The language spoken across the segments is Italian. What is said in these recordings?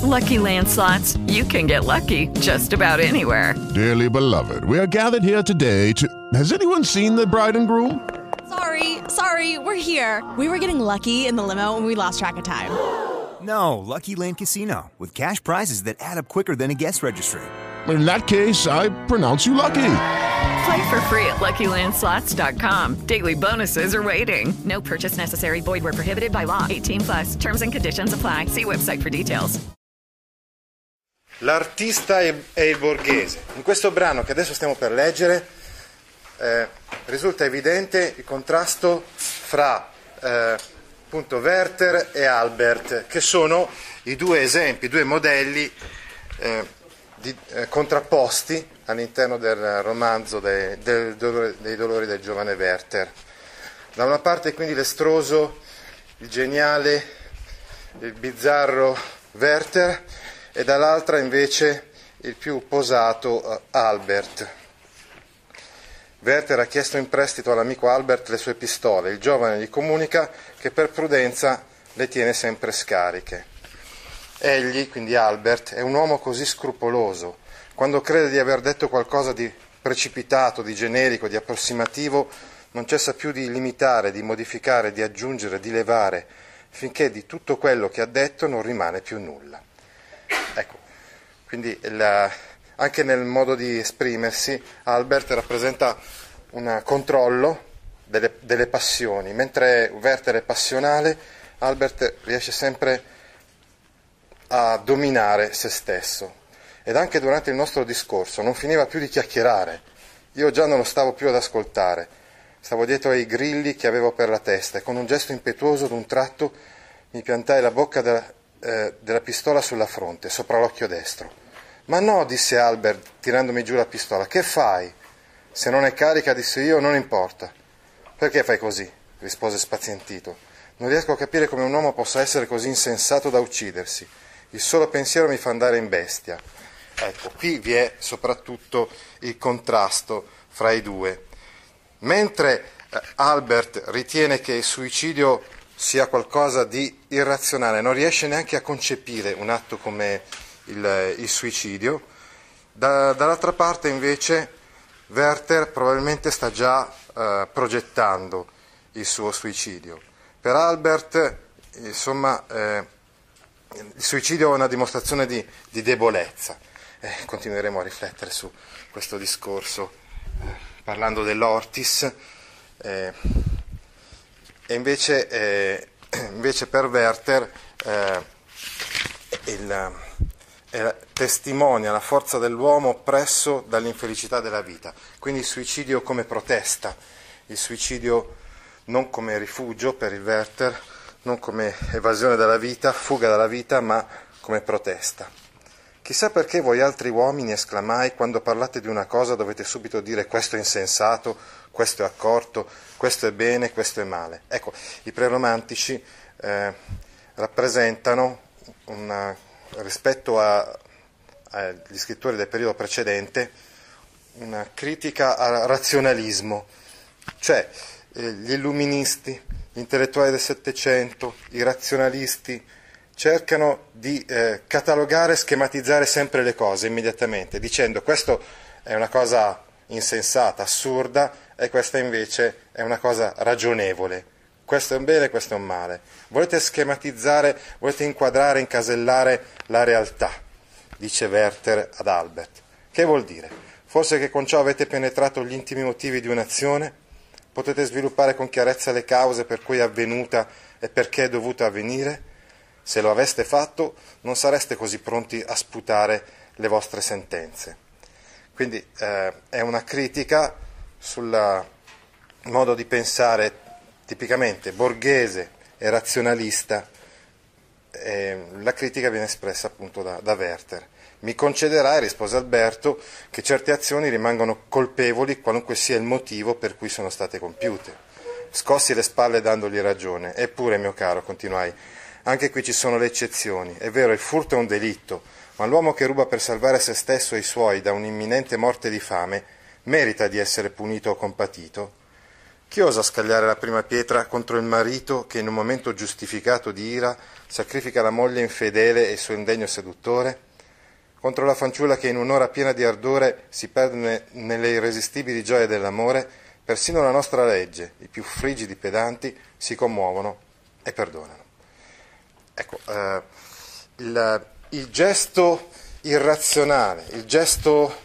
Lucky Land Slots, you can get lucky just about anywhere. Dearly beloved, we are gathered here today to... Has anyone seen the bride and groom? Sorry, we're here. We were getting lucky in the limo and we lost track of time. No, Lucky Land Casino, with cash prizes that add up quicker than a guest registry. In that case, I pronounce you lucky. Play for free at LuckyLandSlots.com. Daily bonuses are waiting. No purchase necessary. Void where prohibited by law. 18+. Terms and conditions apply. See website for details. L'artista e il borghese. In questo brano che adesso stiamo per leggere risulta evidente il contrasto fra appunto Werther e Albert, che sono i due esempi, i due modelli contrapposti all'interno del romanzo dei dolori del giovane Werther. Da una parte quindi l'estroso, il geniale, il bizzarro Werther, e dall'altra invece il più posato Albert. Werther ha chiesto in prestito all'amico Albert le sue pistole. Il giovane gli comunica che per prudenza le tiene sempre scariche. Egli, quindi Albert, è un uomo così scrupoloso. Quando crede di aver detto qualcosa di precipitato, di generico, di approssimativo, non cessa più di limitare, di modificare, di aggiungere, di levare, finché di tutto quello che ha detto non rimane più nulla. Ecco, quindi anche nel modo di esprimersi Albert rappresenta un controllo delle passioni. Mentre Werther è passionale, Albert riesce sempre a dominare se stesso. Ed anche durante il nostro discorso non finiva più di chiacchierare. Io già non lo stavo più ad ascoltare. Stavo dietro ai grilli che avevo per la testa e con un gesto impetuoso d'un tratto mi piantai la bocca della pistola sulla fronte, sopra l'occhio destro. «Ma no», disse Albert, tirandomi giù la pistola. «Che fai?» «Se non è carica», dissi io, «non importa». «Perché fai così?» rispose spazientito. «Non riesco a capire come un uomo possa essere così insensato da uccidersi. Il solo pensiero mi fa andare in bestia». Ecco, qui vi è soprattutto il contrasto fra i due. Mentre Albert ritiene che il suicidio sia qualcosa di irrazionale, non riesce neanche a concepire un atto come il suicidio, dall'altra parte invece Werther probabilmente sta già progettando il suo suicidio. Per Albert, insomma, il suicidio è una dimostrazione di debolezza. Continueremo a riflettere su questo discorso parlando dell'Ortis. E invece per Werther testimonia la forza dell'uomo oppresso dall'infelicità della vita. Quindi il suicidio come protesta, il suicidio non come rifugio per il Werther, non come evasione dalla vita, fuga dalla vita, ma come protesta. Chissà perché voi altri uomini, esclamai, quando parlate di una cosa dovete subito dire questo è insensato, questo è accorto, questo è bene, questo è male. Ecco, i preromantici rappresentano, rispetto agli scrittori del periodo precedente, una critica al razionalismo, cioè gli illuministi, gli intellettuali del Settecento, i razionalisti, cercano di catalogare, schematizzare sempre le cose immediatamente, dicendo questo è una cosa insensata, assurda, e questa invece è una cosa ragionevole. Questo è un bene, questo è un male. Volete schematizzare, volete inquadrare, incasellare la realtà, dice Werther ad Albert. Che vuol dire? Forse che con ciò avete penetrato gli intimi motivi di un'azione? Potete sviluppare con chiarezza le cause per cui è avvenuta e perché è dovuta avvenire? Se lo aveste fatto, non sareste così pronti a sputare le vostre sentenze. Quindi è una critica sul modo di pensare tipicamente borghese e razionalista. La critica viene espressa appunto da Werther. Mi concederai, rispose Alberto, che certe azioni rimangono colpevoli qualunque sia il motivo per cui sono state compiute. Scossi le spalle dandogli ragione. Eppure, mio caro, continuai, anche qui ci sono le eccezioni. È vero, il furto è un delitto, ma l'uomo che ruba per salvare se stesso e i suoi da un'imminente morte di fame merita di essere punito o compatito. Chi osa scagliare la prima pietra contro il marito che in un momento giustificato di ira sacrifica la moglie infedele e il suo indegno seduttore? Contro la fanciulla che in un'ora piena di ardore si perde nelle irresistibili gioie dell'amore? Persino la nostra legge, i più frigidi pedanti, si commuovono e perdonano. Ecco, il gesto irrazionale, il gesto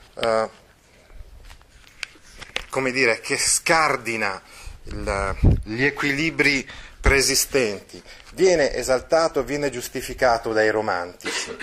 come dire, che scardina gli equilibri preesistenti, viene esaltato, viene giustificato dai romantici.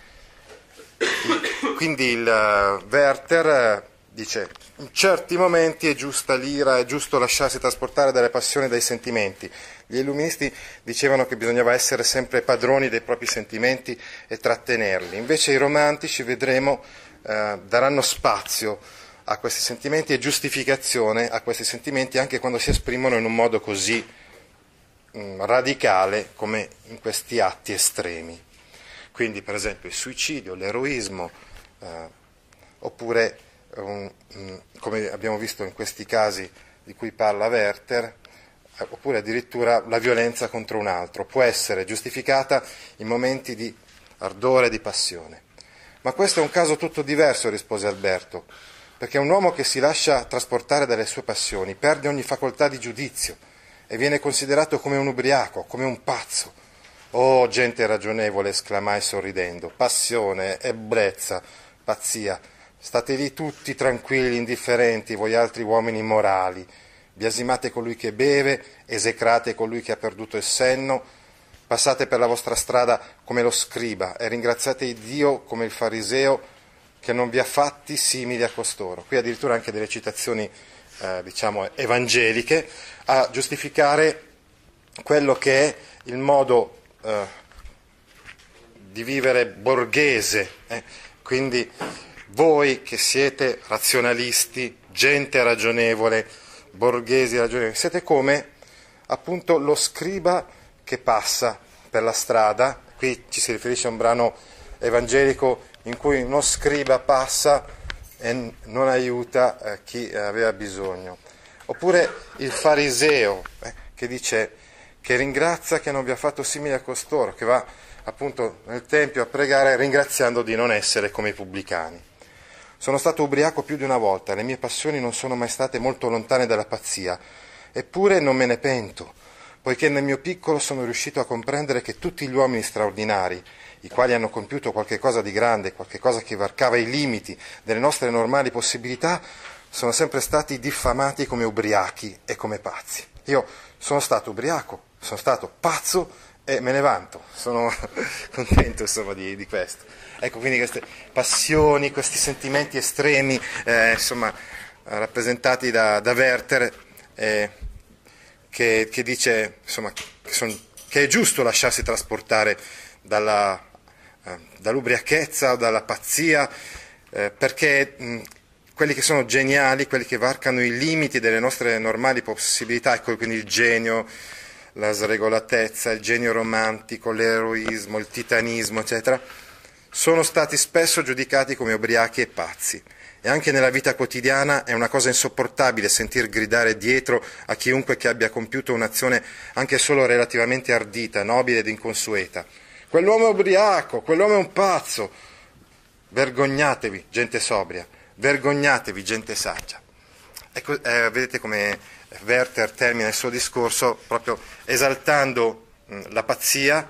Quindi il Werther dice: in certi momenti è giusta l'ira, è giusto lasciarsi trasportare dalle passioni e dai sentimenti. Gli illuministi dicevano che bisognava essere sempre padroni dei propri sentimenti e trattenerli. Invece i romantici, vedremo, daranno spazio a questi sentimenti e giustificazione a questi sentimenti anche quando si esprimono in un modo così radicale come in questi atti estremi. Quindi per esempio il suicidio, l'eroismo, oppure come abbiamo visto in questi casi di cui parla Werther, oppure addirittura la violenza contro un altro, può essere giustificata in momenti di ardore e di passione. Ma questo è un caso tutto diverso, rispose Alberto, perché un uomo che si lascia trasportare dalle sue passioni perde ogni facoltà di giudizio e viene considerato come un ubriaco, come un pazzo. «Oh, gente ragionevole», esclamai sorridendo, «passione, ebbrezza, pazzia, state lì tutti tranquilli, indifferenti, voi altri uomini immorali, biasimate colui che beve, esecrate colui che ha perduto il senno, passate per la vostra strada come lo scriba e ringraziate Dio come il fariseo che non vi ha fatti simili a costoro». Qui addirittura anche delle citazioni, evangeliche, a giustificare quello che è il modo di vivere borghese. Quindi voi che siete razionalisti, gente ragionevole, borghesi ragionevoli, siete come appunto lo scriba che passa per la strada. Qui ci si riferisce a un brano evangelico in cui uno scriba passa e non aiuta chi aveva bisogno. Oppure il fariseo che dice che ringrazia che non vi ha fatto simili a costoro, che va appunto nel tempio a pregare ringraziando di non essere come i pubblicani. Sono stato ubriaco più di una volta, le mie passioni non sono mai state molto lontane dalla pazzia, eppure non me ne pento, poiché nel mio piccolo sono riuscito a comprendere che tutti gli uomini straordinari, i quali hanno compiuto qualche cosa di grande, qualche cosa che varcava i limiti delle nostre normali possibilità, sono sempre stati diffamati come ubriachi e come pazzi. Io sono stato ubriaco, sono stato pazzo e me ne vanto, sono contento insomma di questo. Ecco, quindi queste passioni, questi sentimenti estremi, rappresentati da Werther, che dice insomma, che è giusto lasciarsi trasportare dall'ubriachezza o dalla pazzia, perché quelli che sono geniali, quelli che varcano i limiti delle nostre normali possibilità, ecco, quindi il genio, la sregolatezza, il genio romantico, l'eroismo, il titanismo, eccetera, sono stati spesso giudicati come ubriachi e pazzi. E anche nella vita quotidiana è una cosa insopportabile sentir gridare dietro a chiunque che abbia compiuto un'azione anche solo relativamente ardita, nobile ed inconsueta. Quell'uomo è ubriaco, quell'uomo è un pazzo. Vergognatevi, gente sobria, vergognatevi, gente saggia. Ecco, vedete come Werther termina il suo discorso proprio esaltando la pazzia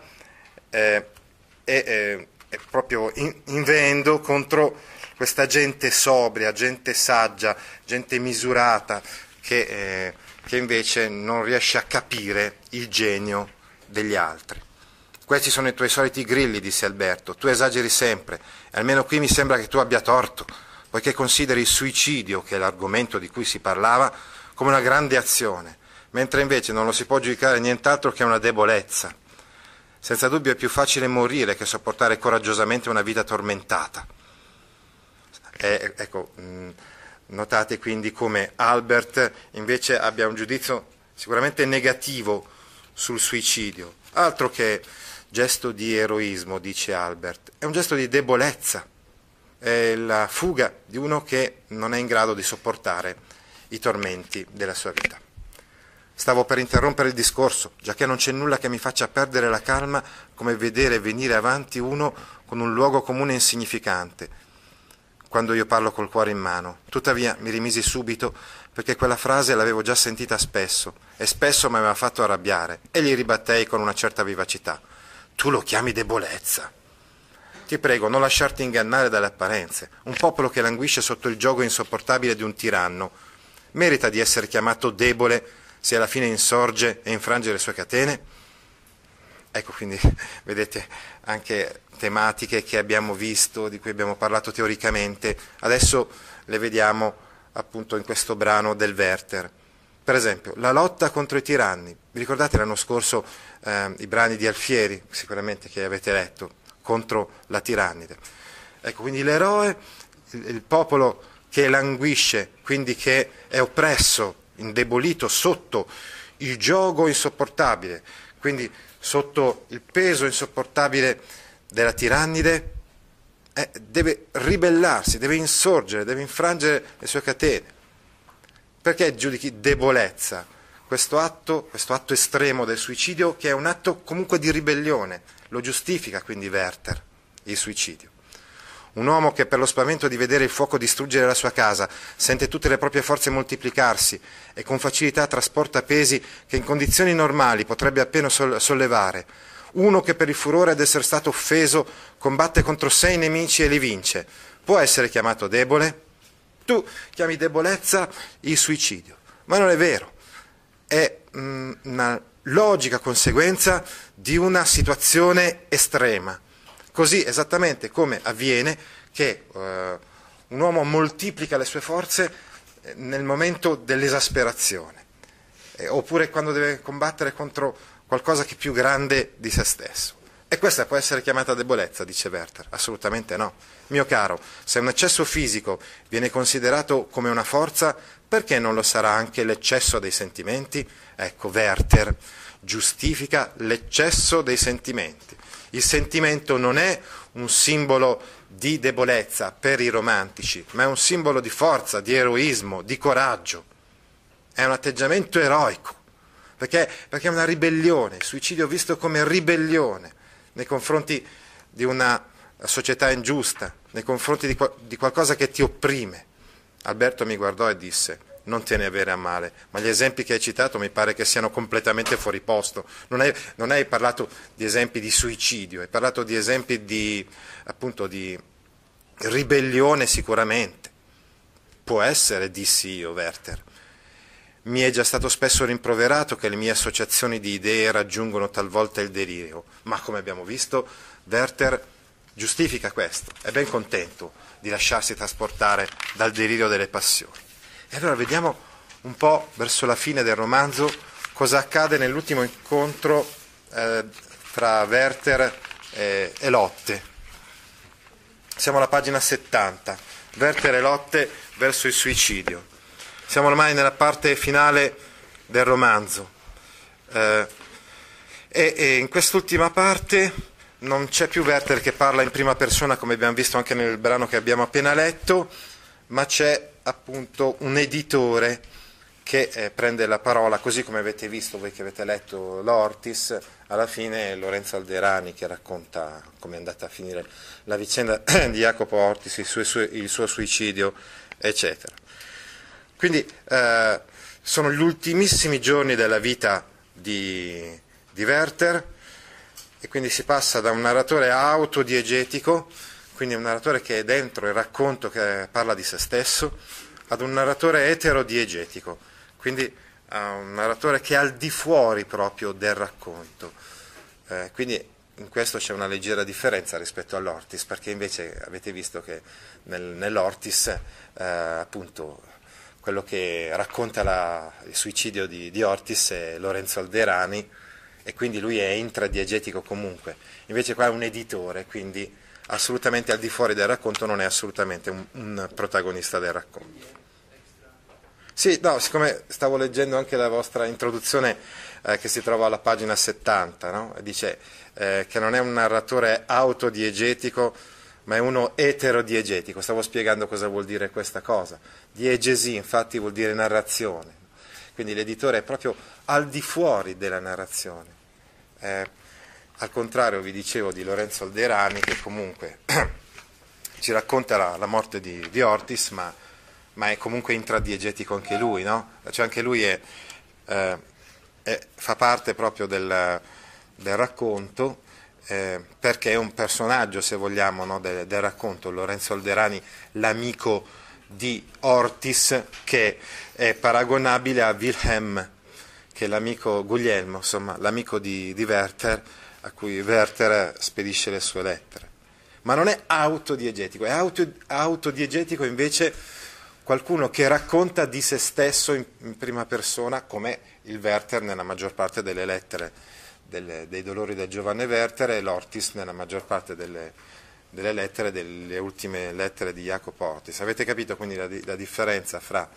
e proprio inveendo contro questa gente sobria, gente saggia, gente misurata, che invece non riesce a capire il genio degli altri. Questi sono i tuoi soliti grilli, disse Alberto, tu esageri sempre, e almeno qui mi sembra che tu abbia torto, poiché consideri il suicidio, che è l'argomento di cui si parlava, come una grande azione, mentre invece non lo si può giudicare nient'altro che una debolezza. Senza dubbio è più facile morire che sopportare coraggiosamente una vita tormentata. Ecco, notate quindi come Albert invece abbia un giudizio sicuramente negativo sul suicidio. Altro che gesto di eroismo, dice Albert, è un gesto di debolezza, è la fuga di uno che non è in grado di sopportare i tormenti della sua vita. Stavo per interrompere il discorso, giacché non c'è nulla che mi faccia perdere la calma come vedere venire avanti uno con un luogo comune insignificante, quando io parlo col cuore in mano. Tuttavia mi rimisi subito, perché quella frase l'avevo già sentita spesso, e spesso mi aveva fatto arrabbiare, e gli ribattei con una certa vivacità. Tu lo chiami debolezza? Ti prego, non lasciarti ingannare dalle apparenze. Un popolo che languisce sotto il giogo insopportabile di un tiranno merita di essere chiamato debole se alla fine insorge e infrange le sue catene? Ecco, quindi vedete anche tematiche che abbiamo visto, di cui abbiamo parlato teoricamente, adesso le vediamo appunto in questo brano del Werther. Per esempio, la lotta contro i tiranni. Vi ricordate l'anno scorso i brani di Alfieri, sicuramente che avete letto, contro la tirannide. Ecco, quindi l'eroe, il popolo che languisce, quindi che è oppresso, indebolito sotto il giogo insopportabile, quindi sotto il peso insopportabile della tirannide, deve ribellarsi, deve insorgere, deve infrangere le sue catene. Perché giudichi debolezza questo atto estremo del suicidio, che è un atto comunque di ribellione? Lo giustifica quindi Werther, il suicidio. Un uomo che per lo spavento di vedere il fuoco distruggere la sua casa sente tutte le proprie forze moltiplicarsi e con facilità trasporta pesi che in condizioni normali potrebbe appena sollevare. Uno che per il furore ad essere stato offeso combatte contro 6 nemici e li vince. Può essere chiamato debole? Tu chiami debolezza il suicidio, ma non è vero. È una logica conseguenza di una situazione estrema. Così esattamente come avviene che un uomo moltiplica le sue forze nel momento dell'esasperazione, oppure quando deve combattere contro qualcosa che è più grande di se stesso. E questa può essere chiamata debolezza, dice Werther? Assolutamente no. Mio caro, se un eccesso fisico viene considerato come una forza, perché non lo sarà anche l'eccesso dei sentimenti? Ecco, Werther giustifica l'eccesso dei sentimenti. Il sentimento non è un simbolo di debolezza per i romantici, ma è un simbolo di forza, di eroismo, di coraggio. È un atteggiamento eroico, perché è una ribellione, il suicidio visto come ribellione nei confronti di una società ingiusta, nei confronti di qualcosa che ti opprime. Alberto mi guardò e disse: non te ne avere a male, ma gli esempi che hai citato mi pare che siano completamente fuori posto. Non hai parlato di esempi di suicidio, hai parlato di esempi di ribellione sicuramente. Può essere, dissi io, Werther. Mi è già stato spesso rimproverato che le mie associazioni di idee raggiungono talvolta il delirio, ma come abbiamo visto, Werther giustifica questo, è ben contento di lasciarsi trasportare dal delirio delle passioni. E allora vediamo un po' verso la fine del romanzo cosa accade nell'ultimo incontro tra Werther e Lotte. Siamo alla pagina 70, Werther e Lotte verso il suicidio. Siamo ormai nella parte finale del romanzo e in quest'ultima parte non c'è più Werther che parla in prima persona, come abbiamo visto anche nel brano che abbiamo appena letto, ma c'è appunto un editore che prende la parola, così come avete visto voi che avete letto l'Ortis. Alla fine Lorenzo Alderani che racconta come è andata a finire la vicenda di Jacopo Ortis, il suo suicidio, eccetera. Quindi sono gli ultimissimi giorni della vita di Werther, e quindi si passa da un narratore autodiegetico, quindi un narratore che è dentro il racconto, che parla di se stesso, ad un narratore eterodiegetico, quindi a un narratore che è al di fuori proprio del racconto. Quindi in questo c'è una leggera differenza rispetto all'Ortis, perché invece avete visto che nell'Ortis appunto quello che racconta il suicidio di Ortis è Lorenzo Alderani, e quindi lui è intradiegetico comunque. Invece qua è un editore, quindi assolutamente al di fuori del racconto, non è assolutamente un protagonista del racconto. Sì, no, siccome stavo leggendo anche la vostra introduzione che si trova alla pagina 70, no? Dice che non è un narratore autodiegetico, ma è uno eterodiegetico. Stavo spiegando cosa vuol dire questa cosa. Diegesi infatti vuol dire narrazione. quindi l'editore è proprio al di fuori della narrazione. Al contrario, vi dicevo, di Lorenzo Alderani, che comunque ci racconta la morte di Ortis, ma è comunque intradiegetico anche lui, no? Cioè anche lui fa parte proprio del racconto, perché è un personaggio, se vogliamo, no, del racconto. Lorenzo Alderani, l'amico di Ortis, che è paragonabile a Wilhelm, che è l'amico Guglielmo, insomma, l'amico di Werther, a cui Werther spedisce le sue lettere. Ma non è autodiegetico, è autodiegetico invece qualcuno che racconta di se stesso in prima persona, come il Werther nella maggior parte delle lettere dei dolori del giovane Werther, e l'Ortis nella maggior parte delle lettere, delle ultime lettere di Jacopo Ortis. Avete capito quindi la differenza fra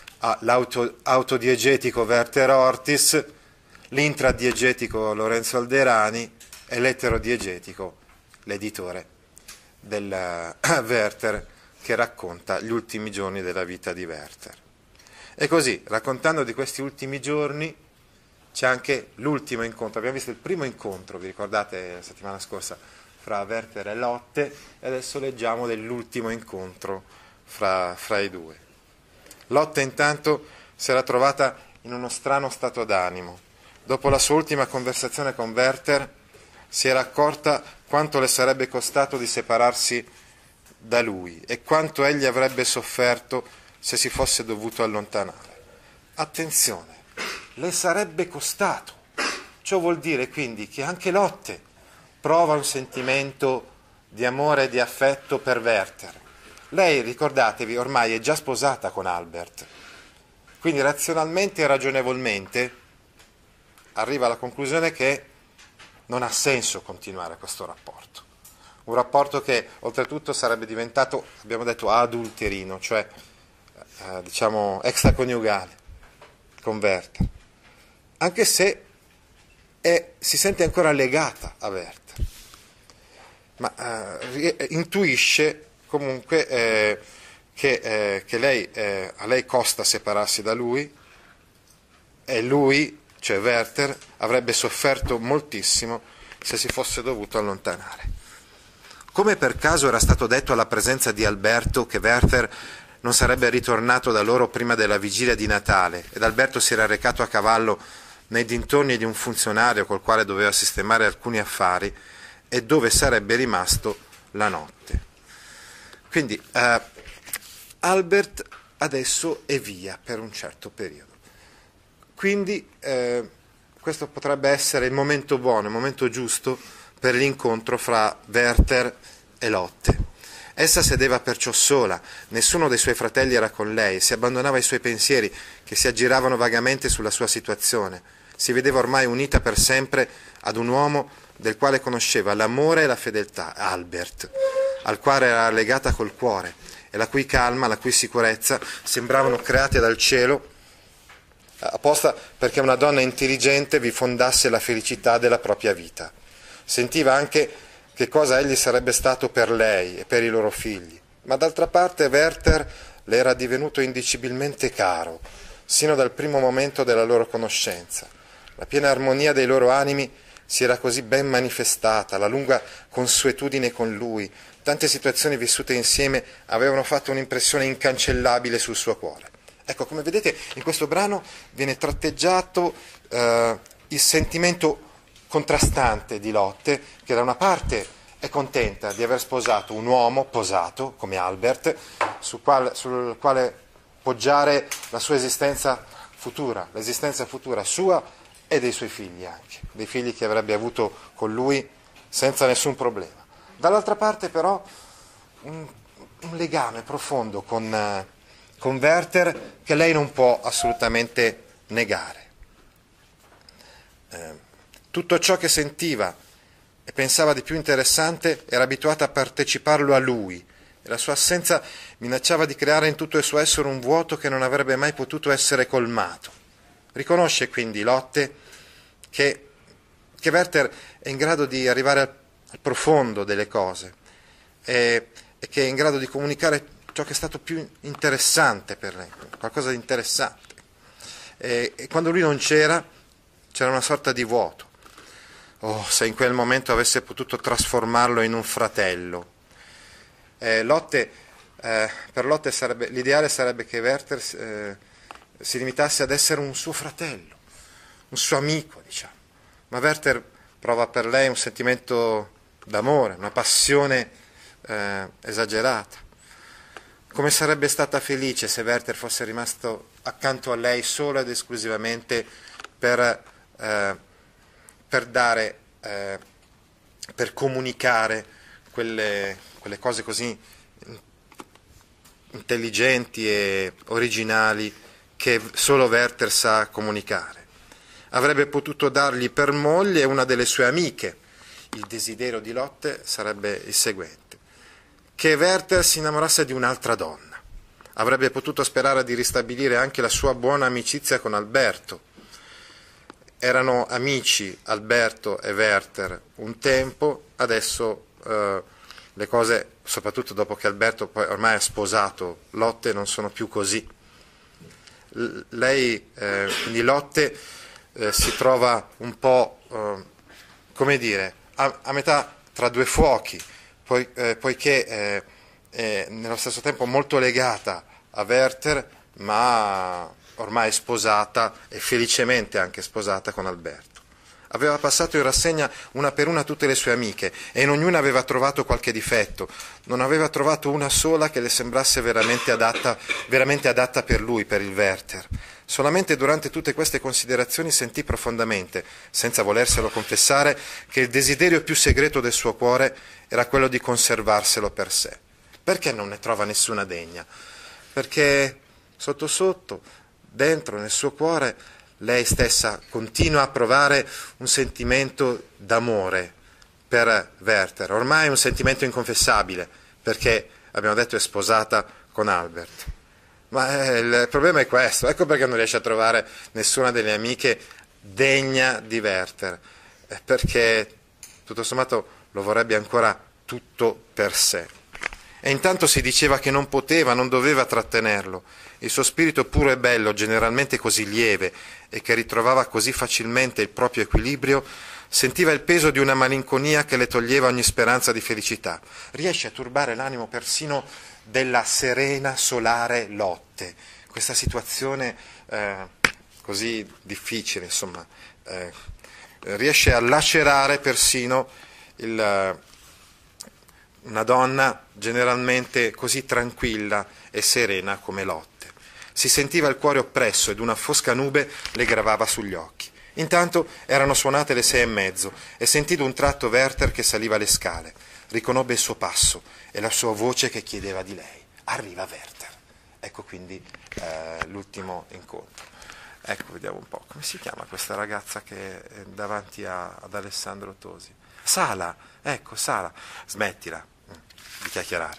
l'autodiegetico Werther Ortis, l'intradiegetico Lorenzo Alderani e l'eterodiegetico, l'editore del Werther, che racconta gli ultimi giorni della vita di Werther. E così, raccontando di questi ultimi giorni, c'è anche l'ultimo incontro. Abbiamo visto il primo incontro, vi ricordate, la settimana scorsa, fra Werther e Lotte, e adesso leggiamo dell'ultimo incontro fra i due. Lotte intanto si era trovata in uno strano stato d'animo. Dopo la sua ultima conversazione con Werther si era accorta quanto le sarebbe costato di separarsi da lui e quanto egli avrebbe sofferto se si fosse dovuto allontanare. Attenzione, le sarebbe costato. Ciò vuol dire quindi che anche Lotte prova un sentimento di amore e di affetto per Werther. Lei, ricordatevi, ormai è già sposata con Albert, quindi razionalmente e ragionevolmente arriva alla conclusione che non ha senso continuare questo rapporto. Un rapporto che oltretutto sarebbe diventato, abbiamo detto, adulterino, cioè diciamo extraconiugale con Werther, anche se si sente ancora legata a Werther, ma intuisce comunque che a lei costa separarsi da lui, e lui, cioè Werther, avrebbe sofferto moltissimo se si fosse dovuto allontanare. Come per caso era stato detto alla presenza di Alberto che Werther non sarebbe ritornato da loro prima della vigilia di Natale, ed Alberto si era recato a cavallo nei dintorni di un funzionario col quale doveva sistemare alcuni affari e dove sarebbe rimasto la notte. Quindi Albert adesso è via per un certo periodo. Quindi questo potrebbe essere il momento buono, il momento giusto per l'incontro fra Werther e Lotte. Essa sedeva perciò sola, nessuno dei suoi fratelli era con lei, si abbandonava ai suoi pensieri che si aggiravano vagamente sulla sua situazione. Si vedeva ormai unita per sempre ad un uomo del quale conosceva l'amore e la fedeltà, Albert, al quale era legata col cuore, e la cui calma, la cui sicurezza sembravano create dal cielo apposta perché una donna intelligente vi fondasse la felicità della propria vita. Sentiva anche che cosa egli sarebbe stato per lei e per i loro figli, ma d'altra parte Werther le era divenuto indicibilmente caro, sino dal primo momento della loro conoscenza. La piena armonia dei loro animi si era così ben manifestata, la lunga consuetudine con lui, tante situazioni vissute insieme avevano fatto un'impressione incancellabile sul suo cuore. Ecco, come vedete, in questo brano viene tratteggiato il sentimento contrastante di Lotte, che da una parte è contenta di aver sposato un uomo posato come Albert, sul quale poggiare la sua esistenza futura, l'esistenza futura sua e dei suoi figli anche, dei figli che avrebbe avuto con lui senza nessun problema. Dall'altra parte però un legame profondo con Werther che lei non può assolutamente negare. Tutto ciò che sentiva e pensava di più interessante era abituata a parteciparlo a lui, e la sua assenza minacciava di creare in tutto il suo essere un vuoto che non avrebbe mai potuto essere colmato. Riconosce quindi Lotte che Werther è in grado di arrivare al profondo delle cose e che è in grado di comunicare ciò che è stato più interessante per lei, qualcosa di interessante. e quando lui non c'era una sorta di vuoto. Oh, se in quel momento avesse potuto trasformarlo in un fratello. Per Lotte l'ideale sarebbe che Werther si limitasse ad essere un suo fratello, un suo amico, diciamo. Ma Werther prova per lei un sentimento d'amore, una passione esagerata. Come sarebbe stata felice se Werther fosse rimasto accanto a lei solo ed esclusivamente per comunicare quelle cose così intelligenti e originali che solo Werther sa comunicare. Avrebbe potuto dargli per moglie una delle sue amiche. Il desiderio di Lotte sarebbe il seguente: che Werther si innamorasse di un'altra donna. Avrebbe potuto sperare di ristabilire anche la sua buona amicizia con Alberto. Erano amici Alberto e Werther un tempo, adesso le cose, soprattutto dopo che Alberto poi ormai è sposato Lotte, non sono più così. Quindi Lotte si trova un po', come dire, a metà tra due fuochi, poiché è nello stesso tempo molto legata a Werther, ma ormai sposata e felicemente anche sposata con Alberto. Aveva passato in rassegna una per una tutte le sue amiche e in ognuna aveva trovato qualche difetto. Non aveva trovato una sola che le sembrasse veramente adatta per lui, per il Werther. Solamente durante tutte queste considerazioni sentì profondamente, senza volerselo confessare, che il desiderio più segreto del suo cuore era quello di conservarselo per sé. Perché non ne trova nessuna degna? Perché sotto sotto, dentro nel suo cuore, lei stessa continua a provare un sentimento d'amore per Werther, ormai un sentimento inconfessabile, perché abbiamo detto è sposata con Albert. Ma il problema è questo, ecco perché non riesce a trovare nessuna delle amiche degna di Werther, perché tutto sommato lo vorrebbe ancora tutto per sé. E intanto si diceva che non poteva, non doveva trattenerlo. Il suo spirito puro e bello, generalmente così lieve e che ritrovava così facilmente il proprio equilibrio, sentiva il peso di una malinconia che le toglieva ogni speranza di felicità. Riesce a turbare l'animo persino della serena, solare Lotte. Questa situazione così difficile, insomma, riesce a lacerare persino una donna generalmente così tranquilla e serena come Lotte. Si sentiva il cuore oppresso ed una fosca nube le gravava sugli occhi. Intanto erano suonate le 6:30 e sentì d'un tratto Werther che saliva le scale. Riconobbe il suo passo e la sua voce che chiedeva di lei. Arriva Werther. Ecco quindi l'ultimo incontro. Ecco, vediamo un po'. Come si chiama questa ragazza che è davanti ad Alessandro Tosi? Sala, ecco, Sala. Smettila di chiacchierare.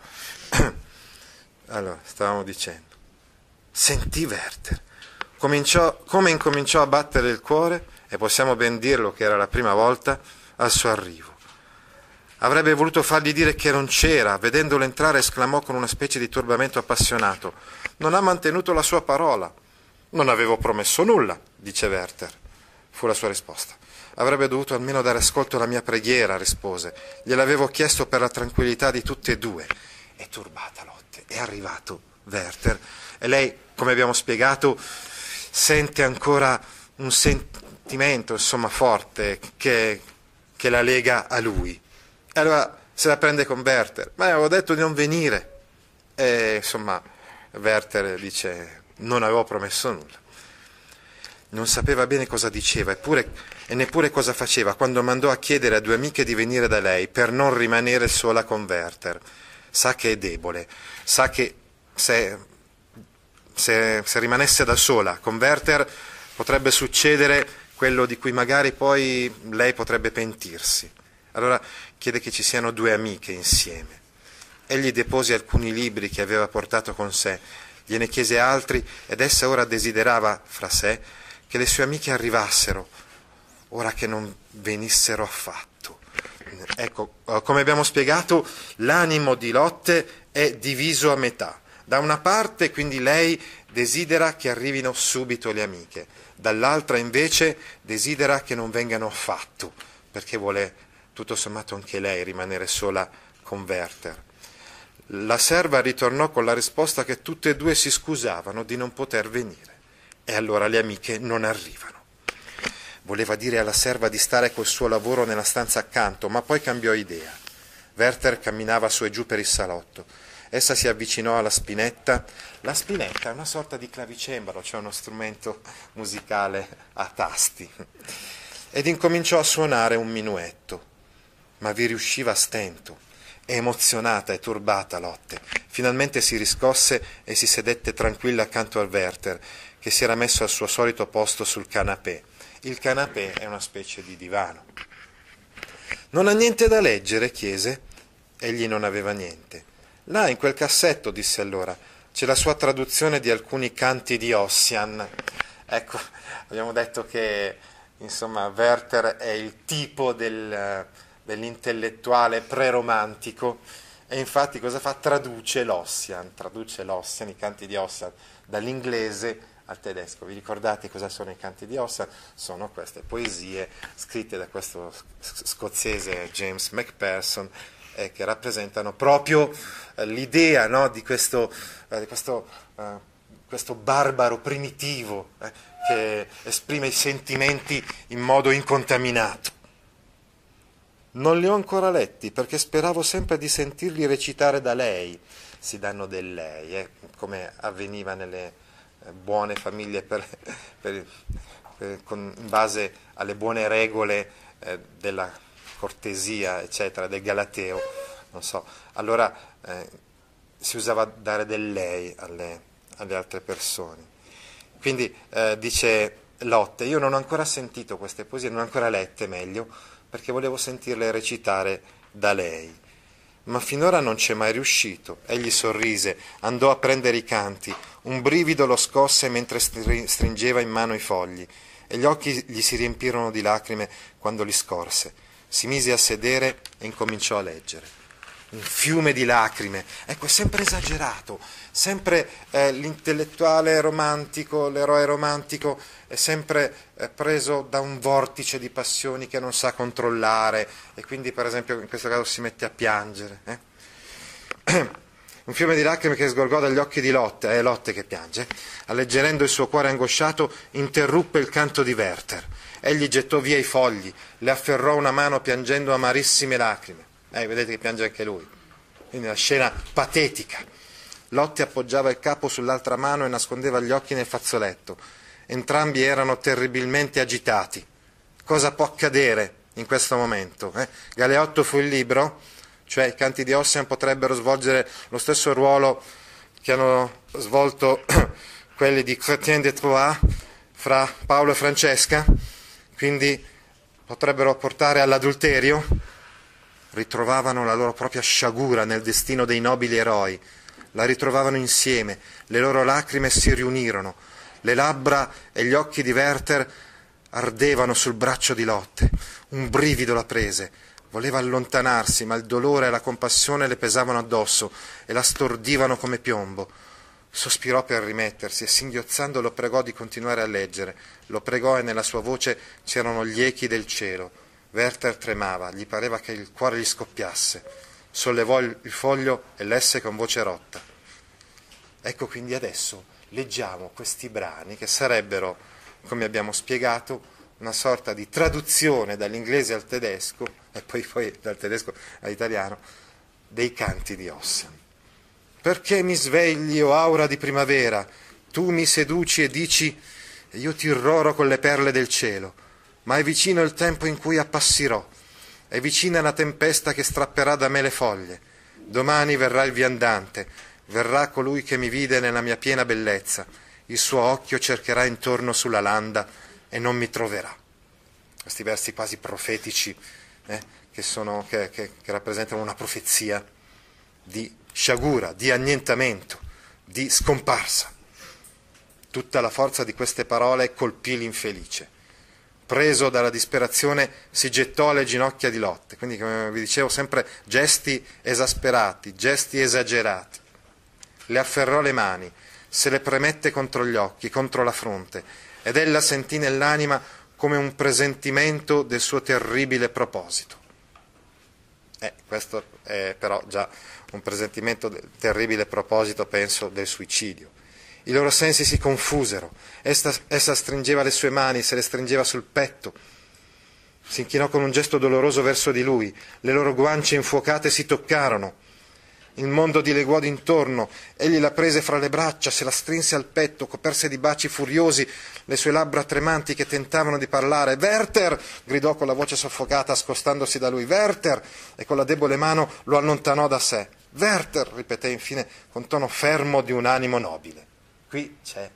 Allora, stavamo dicendo. Sentì Werther. Come incominciò a battere il cuore, e possiamo ben dirlo che era la prima volta, al suo arrivo. Avrebbe voluto fargli dire che non c'era, vedendolo entrare esclamò con una specie di turbamento appassionato: non ha mantenuto la sua parola. Non avevo promesso nulla, dice Werther. Fu la sua risposta. Avrebbe dovuto almeno dare ascolto alla mia preghiera, rispose. Gliel'avevo chiesto per la tranquillità di tutte e due. È turbata Lotte, è arrivato Werther e lei, come abbiamo spiegato, sente ancora un sentimento, insomma, forte che la lega a lui. E allora se la prende con Werther. Ma avevo detto di non venire. E insomma, Werther dice: non avevo promesso nulla. Non sapeva bene cosa diceva e neppure cosa faceva quando mandò a chiedere a due amiche di venire da lei per non rimanere sola con Werther. Sa che è debole, sa che se rimanesse da sola con Werther potrebbe succedere quello di cui magari poi lei potrebbe pentirsi. Allora chiede che ci siano due amiche insieme. Egli depose alcuni libri che aveva portato con sé, gliene chiese altri ed essa ora desiderava fra sé che le sue amiche arrivassero, ora che non venissero affatto. Ecco, come abbiamo spiegato, l'animo di Lotte è diviso a metà. Da una parte quindi lei desidera che arrivino subito le amiche, dall'altra invece desidera che non vengano affatto, perché vuole tutto sommato anche lei rimanere sola con Werther. La serva ritornò con la risposta che tutte e due si scusavano di non poter venire, e allora le amiche non arrivano. Voleva dire alla serva di stare col suo lavoro nella stanza accanto, ma poi cambiò idea. Werther camminava su e giù per il salotto. Essa si avvicinò alla spinetta. La spinetta è una sorta di clavicembalo, cioè uno strumento musicale a tasti, ed incominciò a suonare un minuetto, ma vi riusciva a stento. Emozionata e turbata Lotte finalmente si riscosse e si sedette tranquilla accanto a Werther, che si era messo al suo solito posto sul canapè. Il canapè è una specie di divano. «Non ha niente da leggere?» chiese. Egli non aveva niente. «Là, in quel cassetto», disse allora, «c'è la sua traduzione di alcuni canti di Ossian». Ecco, abbiamo detto che, insomma, Werther è il tipo dell'intellettuale preromantico, e infatti cosa fa? Traduce l'Ossian, i canti di Ossian, dall'inglese al tedesco. Vi ricordate cosa sono i canti di Ossian? Sono queste poesie scritte da questo scozzese James Macpherson, che rappresentano proprio l'idea, no, di questo barbaro primitivo che esprime i sentimenti in modo incontaminato. «Non li ho ancora letti perché speravo sempre di sentirli recitare da lei». Si danno del lei, come avveniva nelle buone famiglie in base alle buone regole della cortesia, eccetera, del galateo, non so. Allora si usava dare del lei alle altre persone. Quindi dice Lotte: io non ho ancora sentito queste poesie, non ho ancora lette, meglio, perché volevo sentirle recitare da lei. Ma finora non c'è mai riuscito. Egli sorrise, andò a prendere i canti, un brivido lo scosse mentre stringeva in mano i fogli, e gli occhi gli si riempirono di lacrime quando li scorse. Si mise a sedere e incominciò a leggere. Un fiume di lacrime, ecco, è sempre esagerato, sempre l'intellettuale romantico, l'eroe romantico è sempre preso da un vortice di passioni che non sa controllare, e quindi per esempio in questo caso si mette a piangere. Un fiume di lacrime che sgorgò dagli occhi di Lotte, è Lotte che piange, alleggerendo il suo cuore angosciato, interruppe il canto di Werther. Egli gettò via i fogli, le afferrò una mano piangendo amarissime lacrime. Vedete che piange anche lui. Quindi una scena patetica. Lotte appoggiava il capo sull'altra mano e nascondeva gli occhi nel fazzoletto. Entrambi erano terribilmente agitati. Cosa può accadere in questo momento? Galeotto fu il libro, cioè i canti di Ossian potrebbero svolgere lo stesso ruolo che hanno svolto quelli di Chrétien de Troyes fra Paolo e Francesca, quindi potrebbero portare all'adulterio. Ritrovavano la loro propria sciagura nel destino dei nobili eroi, la ritrovavano insieme, le loro lacrime si riunirono, le labbra e gli occhi di Werther ardevano sul braccio di Lotte, un brivido la prese, voleva allontanarsi, ma il dolore e la compassione le pesavano addosso e la stordivano come piombo. Sospirò per rimettersi e singhiozzando lo pregò di continuare a leggere, lo pregò e nella sua voce c'erano gli echi del cielo. Werther tremava, gli pareva che il cuore gli scoppiasse. Sollevò il foglio e lesse con voce rotta. Ecco, quindi adesso leggiamo questi brani che sarebbero, come abbiamo spiegato, una sorta di traduzione dall'inglese al tedesco e poi dal tedesco all'italiano dei canti di Ossian. Perché mi svegli, o aura di primavera, tu mi seduci e dici, e io ti irroro con le perle del cielo. Ma è vicino il tempo in cui appassirò, è vicina la tempesta che strapperà da me le foglie. Domani verrà il viandante, verrà colui che mi vide nella mia piena bellezza, il suo occhio cercherà intorno sulla landa e non mi troverà. Questi versi quasi profetici che rappresentano una profezia di sciagura, di annientamento, di scomparsa. Tutta la forza di queste parole colpì l'infelice. Preso dalla disperazione si gettò alle ginocchia di Lotte, quindi come vi dicevo sempre gesti esasperati, gesti esagerati. le afferrò le mani, se le premette contro gli occhi, contro la fronte, ed ella sentì nell'anima come un presentimento del suo terribile proposito. Questo è però già un presentimento del terribile proposito, penso, del suicidio. I loro sensi si confusero, essa stringeva le sue mani, se le stringeva sul petto, si inchinò con un gesto doloroso verso di lui, le loro guance infuocate si toccarono. Il mondo dileguò d'intorno, egli la prese fra le braccia, se la strinse al petto, coperse di baci furiosi le sue labbra tremanti che tentavano di parlare. «Werther!» gridò con la voce soffocata, scostandosi da lui. «Werther!» e con la debole mano lo allontanò da sé. «Werther!» ripeté infine con tono fermo di un animo nobile. Qui c'è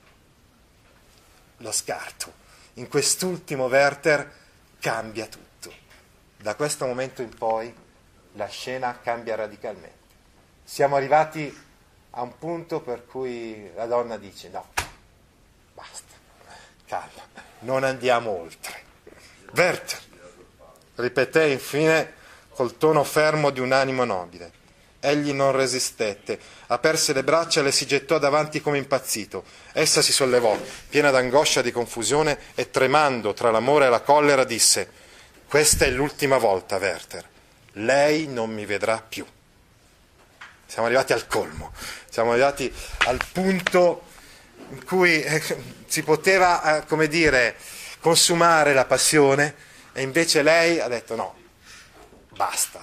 lo scarto. In quest'ultimo Werther cambia tutto. Da questo momento in poi la scena cambia radicalmente. Siamo arrivati a un punto per cui la donna dice: no, basta, calma, non andiamo oltre. Werther, ripeté infine col tono fermo di un animo nobile. Egli non resistette, aperse le braccia e le si gettò davanti come impazzito. Essa si sollevò, piena d'angoscia e di confusione, e tremando tra l'amore e la collera disse: «Questa è l'ultima volta, Werther. Lei non mi vedrà più». Siamo arrivati al colmo, siamo arrivati al punto in cui si poteva, consumare la passione, e invece lei ha detto no, basta,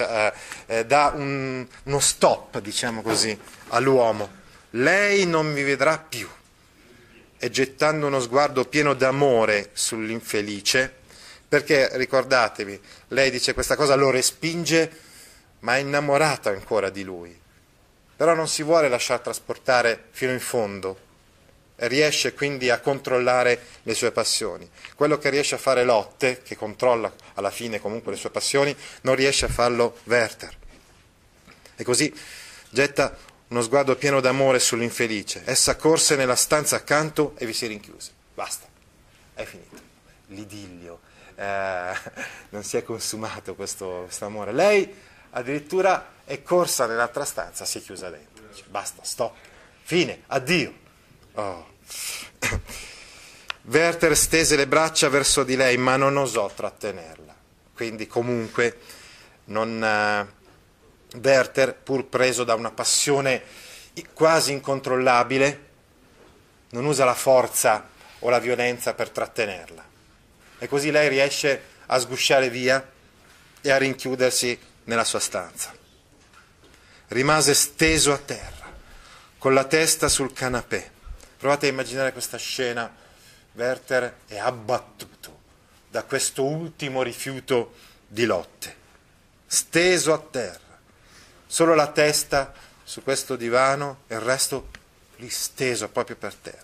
dà uno stop, diciamo così, all'uomo. Lei non mi vedrà più. E gettando uno sguardo pieno d'amore sull'infelice, perché ricordatevi, lei dice questa cosa, lo respinge, ma è innamorata ancora di lui. Però non si vuole lasciar trasportare fino in fondo e riesce quindi a controllare le sue passioni. Quello che riesce a fare Lotte, che controlla alla fine comunque le sue passioni, non riesce a farlo Werther. E così getta uno sguardo pieno d'amore sull'infelice. Essa corse nella stanza accanto e vi si rinchiuse. Basta, è finito. L'idillio. Non si è consumato questo amore. Lei addirittura è corsa nell'altra stanza, si è chiusa dentro. Dice, basta, stop, fine, addio. Oh. Werther stese le braccia verso di lei, ma non osò trattenerla. Quindi comunque Werther, pur preso da una passione quasi incontrollabile, non usa la forza o la violenza per trattenerla. E così lei riesce a sgusciare via e a rinchiudersi nella sua stanza. Rimase steso a terra, con la testa sul canapè. Provate a immaginare questa scena. Werther è abbattuto da questo ultimo rifiuto di Lotte, steso a terra, solo la testa su questo divano e il resto lì steso proprio per terra.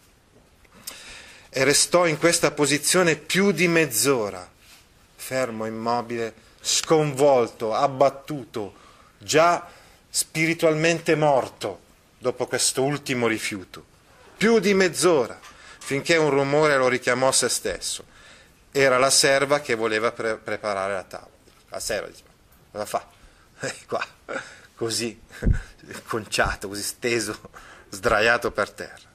E restò in questa posizione più di mezz'ora, fermo, immobile, sconvolto, abbattuto, già spiritualmente morto dopo questo ultimo rifiuto. Più di mezz'ora, finché un rumore lo richiamò a se stesso. Era la serva che voleva preparare la tavola. La serva dice: cosa fa? Qua, così, conciato, così steso, sdraiato per terra.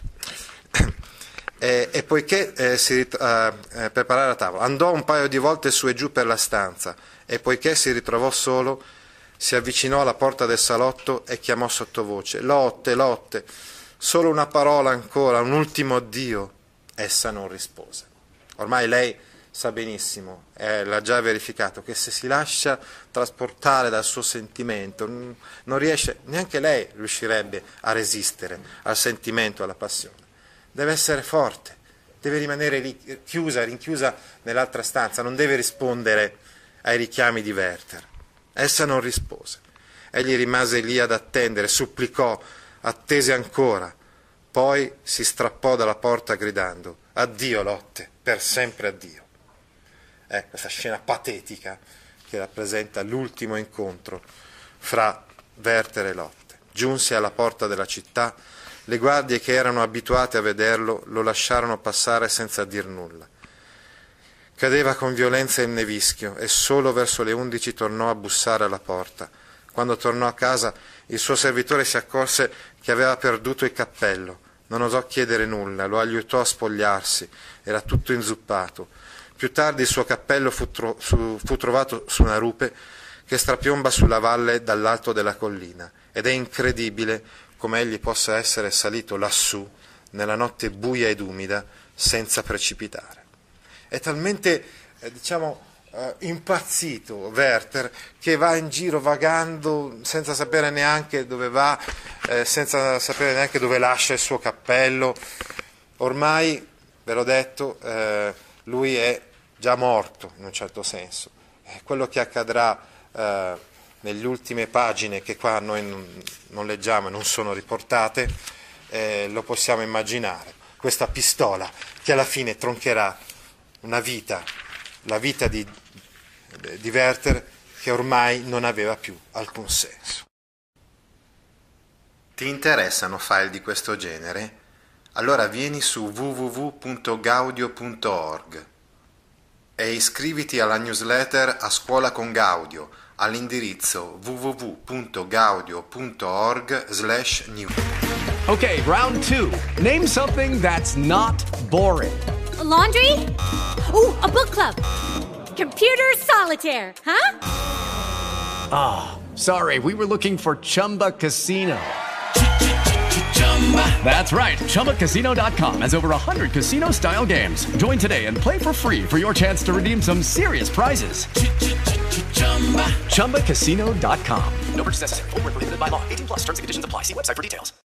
E poiché si preparare la tavola, andò un paio di volte su e giù per la stanza, e poiché si ritrovò solo, si avvicinò alla porta del salotto e chiamò sottovoce: Lotte, Lotte, solo una parola ancora, un ultimo addio. Essa non rispose. Ormai lei sa benissimo, l'ha già verificato, che se si lascia trasportare dal suo sentimento, non riesce, neanche lei riuscirebbe a resistere al sentimento, alla passione. Deve essere forte, deve rimanere lì, rinchiusa nell'altra stanza, non deve rispondere ai richiami di Werther. Essa non rispose. Egli rimase lì ad attendere, supplicò, attese ancora. Poi si strappò dalla porta gridando: addio Lotte, per sempre addio. Questa scena patetica che rappresenta l'ultimo incontro fra Werther e Lotte. Giunse alla porta della città. Le guardie che erano abituate a vederlo lo lasciarono passare senza dir nulla. Cadeva con violenza il nevischio e solo verso le 11 tornò a bussare alla porta, Quando tornò a casa, il suo servitore si accorse che aveva perduto il cappello. Non osò chiedere nulla, lo aiutò a spogliarsi, era tutto inzuppato. Più tardi il suo cappello fu trovato su una rupe che strapiomba sulla valle dall'alto della collina, ed è incredibile come egli possa essere salito lassù nella notte buia ed umida senza precipitare. È talmente, impazzito Werther che va in giro vagando senza sapere neanche dove va, senza sapere neanche dove lascia il suo cappello. Ormai, ve l'ho detto, lui è già morto in un certo senso. Quello che accadrà nelle ultime pagine, che qua noi non leggiamo e non sono riportate, lo possiamo immaginare. Questa pistola che alla fine troncherà una vita, la vita di Werther, che ormai non aveva più alcun senso. Ti interessano file di questo genere? Allora vieni su www.gaudio.org e iscriviti alla newsletter A Scuola con Gaudio all'indirizzo www.gaudio.org/new. Okay, round 2. Name something that's not boring. A laundry? Ooh, a book club. Computer solitaire, huh? Ah, sorry, we were looking for Chumba Casino. That's right, ChumbaCasino.com has over 100 casino-style games. Join today and play for free for your chance to redeem some serious prizes. ChumbaCasino.com. No purchase necessary. Void where prohibited by law. 18+ terms and conditions apply. See website for details.